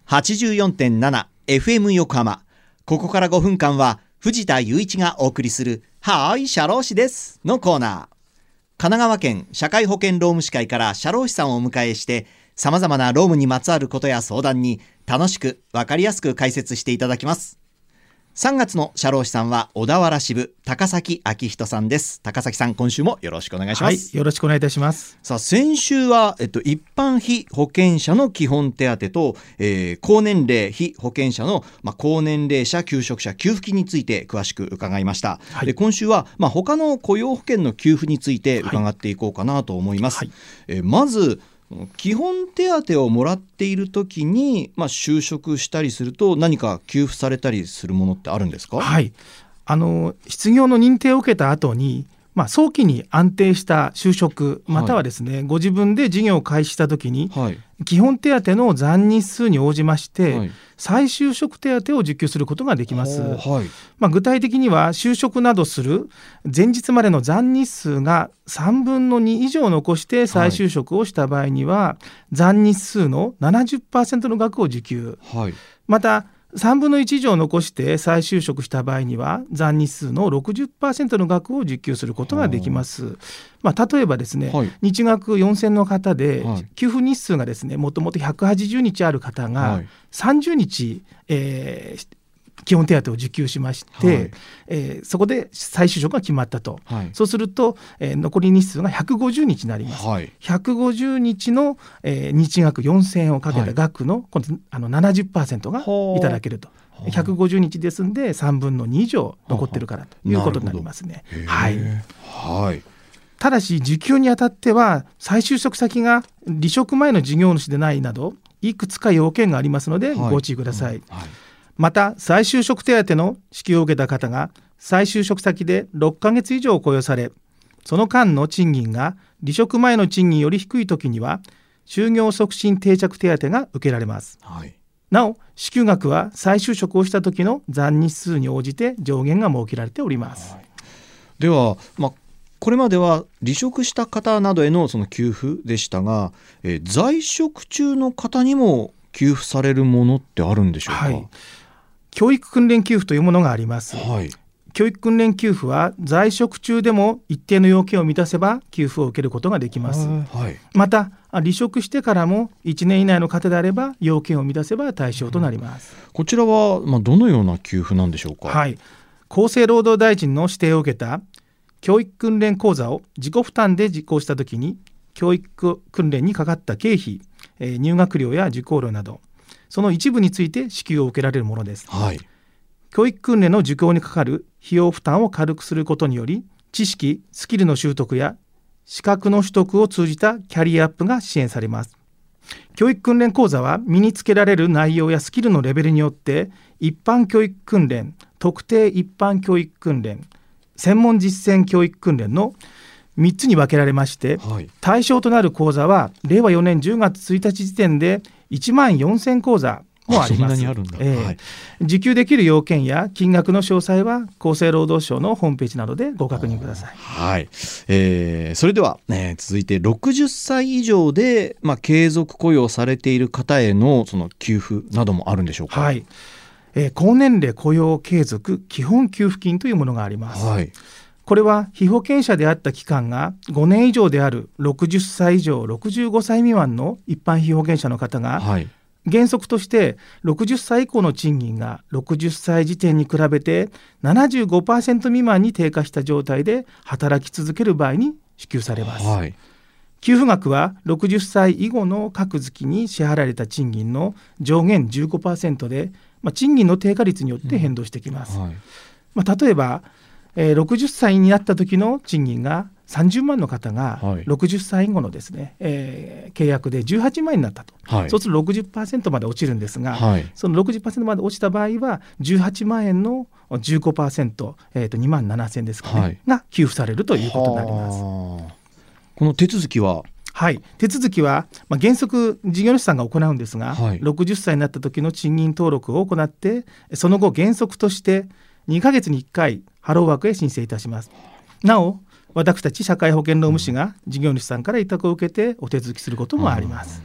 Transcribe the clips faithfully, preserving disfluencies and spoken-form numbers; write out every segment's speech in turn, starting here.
はちじゅうよんてんななエフエム 横浜。ここからごふんかんは藤田雄一がお送りするはーい社労士ですのコーナー。神奈川県社会保険労務士会から社労士さんをお迎えして、様々な労務にまつわることや相談に楽しくわかりやすく解説していただきます。さんがつの社労士さんは小田原支部高崎明人さんです。高崎さん、今週もよろしくお願いします。 はい、よろしくお願いいたします。 さあ、先週は、えっと、一般被保険者の基本手当と、えー、高年齢被保険者の、まあ、高年齢者求職者給付金について詳しく伺いました。はい、で今週は、まあ、他の雇用保険の給付について伺っていこうかなと思います。はいはい、えー、まず基本手当をもらっているときに、まあ、就職したりすると何か給付されたりするものってあるんですか？ はい、あの失業の認定を受けた後に、まあ、早期に安定した就職またはですね、はい、ご自分で事業を開始したときに、はい、基本手当の残日数に応じまして、はい、再就職手当を受給することができます。はい、まあ、具体的には就職などする前日までの残日数がさんぶんのに以上残して再就職をした場合には、はい、残日数の ななじゅっパーセント の額を受給、はい、またさんぶんのいち以上残して再就職した場合には残日数の ろくじゅっパーセント の額を受給することができます。まあ、例えばですね、はい、日額よんせんの方で、はい、給付日数がですねもともとひゃくはちじゅうにちある方がさんじゅうにち、えー基本手当を受給しまして、はい、えー、そこで再就職が決まったと、はい、そうすると、えー、残り日数がひゃくごじゅうにちになります。はい、ひゃくごじゅうにちの、えー、日額よんせんえんをかけた額の、はい、あの ななじゅっパーセント がいただけると。ひゃくごじゅうにちですんでさんぶんのに以上残ってるからということになりますね。はい、はい、ただし受給にあたっては再就職先が離職前の事業主でないなどいくつか要件がありますのでご注意ください。はい、うん、はい、また再就職手当の支給を受けた方が再就職先でろっかげつ以上雇用され、その間の賃金が離職前の賃金より低いときには就業促進定着手当が受けられます。はい、なお支給額は再就職をした時の残日数に応じて上限が設けられております。はい、 では、まあ、これまでは離職した方などへのその給付でしたが、えー、在職中の方にも給付されるものってあるんでしょうか？はい、 教育訓練給付というものがあります。はい、教育訓練給付は在職中でも一定の要件を満たせば給付を受けることができます。はい、また離職してからもいちねん以内の方であれば要件を満たせば対象となります。 うん、こちらは、まあ、どのような給付なんでしょうか？ はい、厚生労働大臣の指定を受けた教育訓練講座を自己負担で実行したときに教育訓練にかかった経費、えー、入学料や受講料などその一部について支給を受けられるものです。はい、教育訓練の受講にかかる費用負担を軽くすることにより知識・スキルの習得や資格の取得を通じたキャリアアップが支援されます。教育訓練講座は身につけられる内容やスキルのレベルによって一般教育訓練、特定一般教育訓練、専門実践教育訓練のみっつに分けられまして、はい、対象となる講座はれいわよねんじゅうがつついたち時点でいちまんよんせんこうざもあります。 そんなにあるんだ。 えーはい、 受給できる要件や金額の詳細は厚生労働省のホームページなどでご確認ください。 はい、えー、それでは、ね、続いてろくじゅっさい以上で、まあ、継続雇用されている方へのその給付などもあるんでしょうか？ はい、えー、高年齢雇用継続基本給付金というものがあります。はい、これは被保険者であった期間がごねん以上であるろくじゅっさい以上ろくじゅうごさい未満の一般被保険者の方が、はい、原則としてろくじゅっさい以降の賃金がろくじゅっさい時点に比べて ななじゅうごパーセント 未満に低下した状態で働き続ける場合に支給されます。はい、給付額はろくじゅっさい以後の各月に支払われた賃金の上限 じゅうごパーセント で、まあ、賃金の低下率によって変動してきます。うん、はい、まあ、例えば、えー、ろくじゅっさいになった時の賃金がさんじゅうまんの方がろくじゅっさい後のですね、えー、契約でじゅうはちまん円になったと、はい、そうすると ろくじゅっパーセント まで落ちるんですが、はい、その ろくじゅっパーセント まで落ちた場合はじゅうはちまん円の じゅうごパーセント、えー、とにまんななせんですかね、はい、が給付されるということになります。 この手続きははい、手続きは、まあ、原則事業主さんが行うんですが、はい、ろくじゅっさいになった時の賃金登録を行ってその後原則としてにかげつにいっかいハローワークへ申請いたします。なお私たち社会保険労務士が事業主さんから委託を受けてお手続きすることもあります。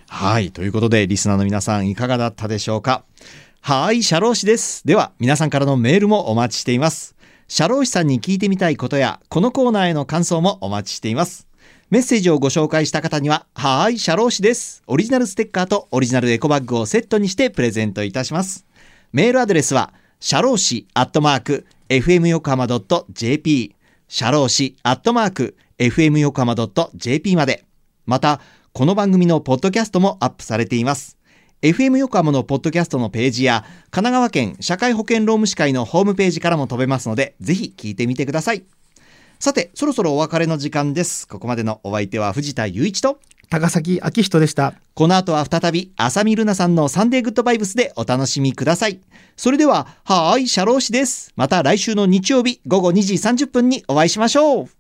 はい、ということでリスナーの皆さんいかがだったでしょうか。はい、社労士です。では皆さんからのメールもお待ちしています。社労士さんに聞いてみたいことやこのコーナーへの感想もお待ちしています。メッセージをご紹介した方にははい社労士ですオリジナルステッカーとオリジナルエコバッグをセットにしてプレゼントいたします。メールアドレスは社労士アットマーク エフエム 横浜 .jp 社労士アットマーク エフエム 横浜 .jp まで。またこの番組のポッドキャストもアップされています。 エフエム 横浜のポッドキャストのページや神奈川県社会保険労務士会のホームページからも飛べますのでぜひ聞いてみてください。さてそろそろお別れの時間です。ここまでのお相手は藤田雄一と高崎明人でした。 この後は再び浅見ルナさんのサンデーグッドバイブスでお楽しみください。それでははーい社労士です。また来週の日曜日午後にじさんじゅっぷんにお会いしましょう。